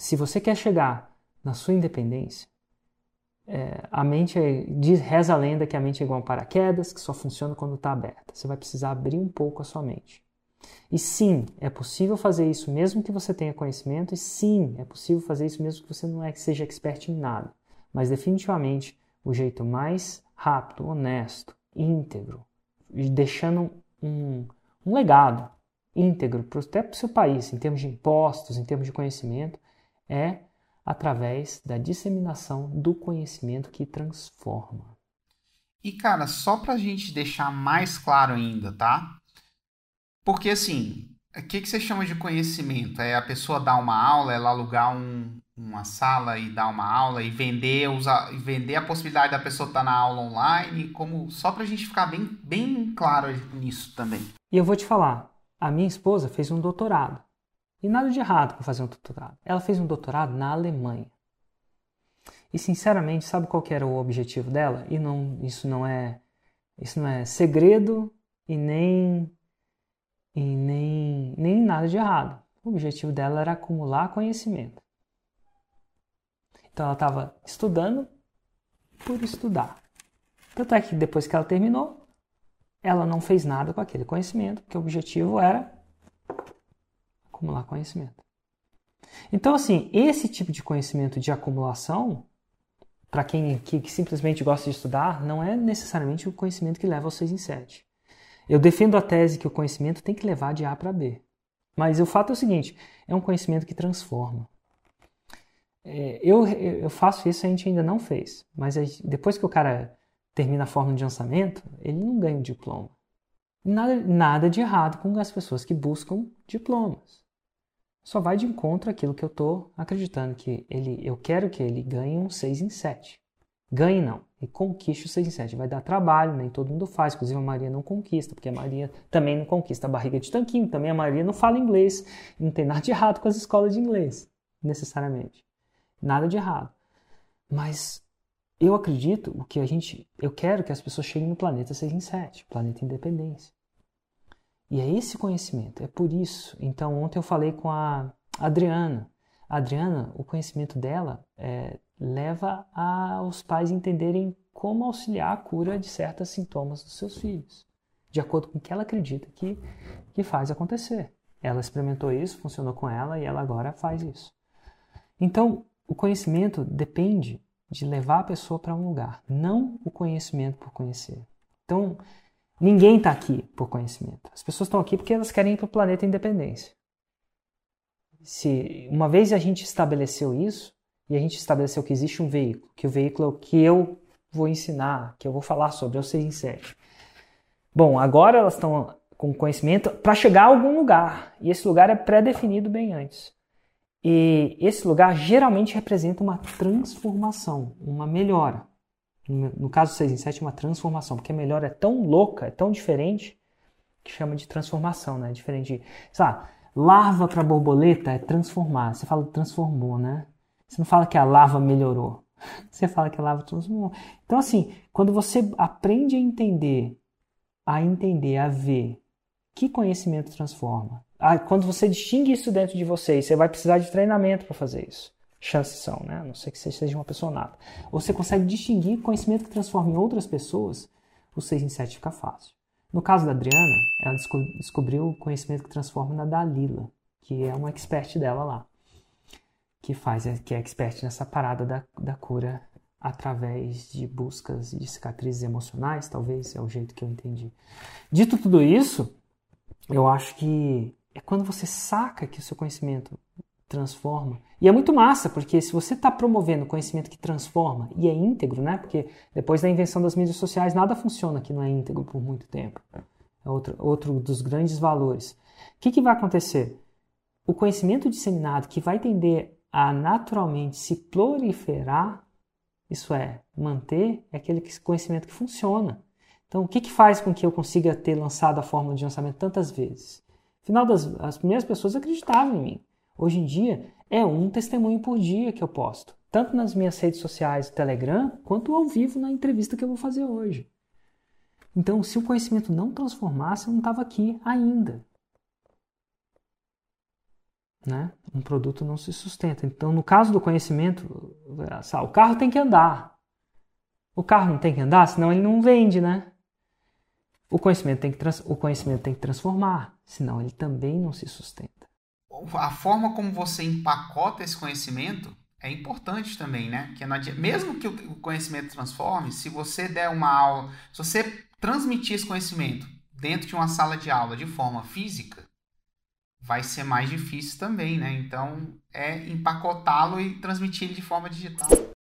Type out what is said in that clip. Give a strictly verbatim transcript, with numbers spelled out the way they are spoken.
se você quer chegar na sua independência, é, a mente é, diz, reza a lenda que a mente é igual a um paraquedas, que só funciona quando está aberta. Você vai precisar abrir um pouco a sua mente. E sim, é possível fazer isso mesmo que você tenha conhecimento, e sim, é possível fazer isso mesmo que você não é, que seja expert em nada. Mas definitivamente, o jeito mais rápido, honesto, íntegro, e deixando um, um legado íntegro até para o seu país, em termos de impostos, em termos de conhecimento, é através da disseminação do conhecimento que transforma. E, cara, só pra gente deixar mais claro ainda, tá? Porque, assim, o que, que você chama de conhecimento? É a pessoa dar uma aula, ela alugar um, uma sala e dar uma aula e vender, usar, e vender a possibilidade da pessoa estar na aula online, como só pra gente ficar bem, bem claro nisso também. E eu vou te falar, a minha esposa fez um doutorado. E nada de errado com fazer um doutorado. Ela fez um doutorado na Alemanha. E sinceramente, sabe qual que era o objetivo dela? E não, isso não é, isso não é segredo e nem e nem nem nada de errado. O objetivo dela era acumular conhecimento. Então ela estava estudando por estudar. Tanto é que depois que ela terminou, ela não fez nada com aquele conhecimento, porque o objetivo era acumular conhecimento. Então, assim, esse tipo de conhecimento de acumulação, para quem que, que simplesmente gosta de estudar, não é necessariamente o conhecimento que leva ao seis em sete. Eu defendo a tese que o conhecimento tem que levar de A para B. Mas o fato é o seguinte, é um conhecimento que transforma. É, eu, eu faço isso, a gente ainda não fez. Mas depois que o cara termina a fórmula de lançamento, ele não ganha um diploma. Nada, nada de errado com as pessoas que buscam diplomas. Só vai de encontro àquilo que eu estou acreditando, que ele, eu quero que ele ganhe um seis em sete. Ganhe não, e conquiste o seis em sete. Vai dar trabalho, nem todo mundo faz, inclusive a Maria não conquista, porque a Maria também não conquista a barriga de tanquinho, também a Maria não fala inglês, não tem nada de errado com as escolas de inglês, necessariamente. Nada de errado. Mas eu acredito o que a gente, eu quero que as pessoas cheguem no planeta seis em sete, planeta independência. E é esse conhecimento, é por isso. Então, ontem eu falei com a Adriana. A Adriana, o conhecimento dela é, leva a, os pais a entenderem como auxiliar a cura de certos sintomas dos seus filhos, de acordo com o que ela acredita que, que faz acontecer. Ela experimentou isso, funcionou com ela e ela agora faz isso. Então, o conhecimento depende de levar a pessoa para um lugar, não o conhecimento por conhecer. Então, ninguém está aqui por conhecimento. As pessoas estão aqui porque elas querem ir para o planeta independência. Se uma vez a gente estabeleceu isso, e a gente estabeleceu que existe um veículo, que o veículo é o que eu vou ensinar, que eu vou falar sobre, é o seis em sete. Bom, agora elas estão com conhecimento para chegar a algum lugar, e esse lugar é pré-definido bem antes. E esse lugar geralmente representa uma transformação, uma melhora. No caso do seis em sete, uma transformação, porque a melhora é tão louca, é tão diferente, que chama de transformação, né? Diferente de, sei lá, larva para borboleta é transformar. Você fala transformou, né? Você não fala que a larva melhorou. Você fala que a larva transformou. Então, assim, quando você aprende a entender, a entender, a ver que conhecimento transforma, quando você distingue isso dentro de você, você vai precisar de treinamento para fazer isso. Chances são, né? A não ser que você seja uma pessoa nata. Você consegue distinguir conhecimento que transforma em outras pessoas, o seis em sete fica fácil. No caso da Adriana, ela descobriu o conhecimento que transforma na Dalila, que é uma expert dela lá, que faz, que é expert nessa parada da, da cura através de buscas de cicatrizes emocionais, talvez, é o jeito que eu entendi. Dito tudo isso, eu acho que é quando você saca que o seu conhecimento transforma. E é muito massa, porque se você está promovendo conhecimento que transforma e é íntegro, né? Porque depois da invenção das mídias sociais, nada funciona que não é íntegro por muito tempo. É outro, outro dos grandes valores. O que, que vai acontecer? O conhecimento disseminado que vai tender a naturalmente se proliferar, isso é, manter, é aquele conhecimento que funciona. Então, o que, que faz com que eu consiga ter lançado a fórmula de lançamento tantas vezes? Afinal, das, as primeiras pessoas acreditavam em mim. Hoje em dia, é um testemunho por dia que eu posto. Tanto nas minhas redes sociais, no Telegram, quanto ao vivo na entrevista que eu vou fazer hoje. Então, se o conhecimento não transformasse, eu não estava aqui ainda. né? Um produto não se sustenta. Então, no caso do conhecimento, o carro tem que andar. O carro não tem que andar, senão ele não vende, né? O conhecimento tem que, trans... o conhecimento tem que transformar, senão ele também não se sustenta. A forma como você empacota esse conhecimento é importante também, né? Que não adianta... Mesmo que o conhecimento transforme, se você der uma aula, se você transmitir esse conhecimento dentro de uma sala de aula de forma física, vai ser mais difícil também, né? Então, é empacotá-lo e transmitir ele de forma digital.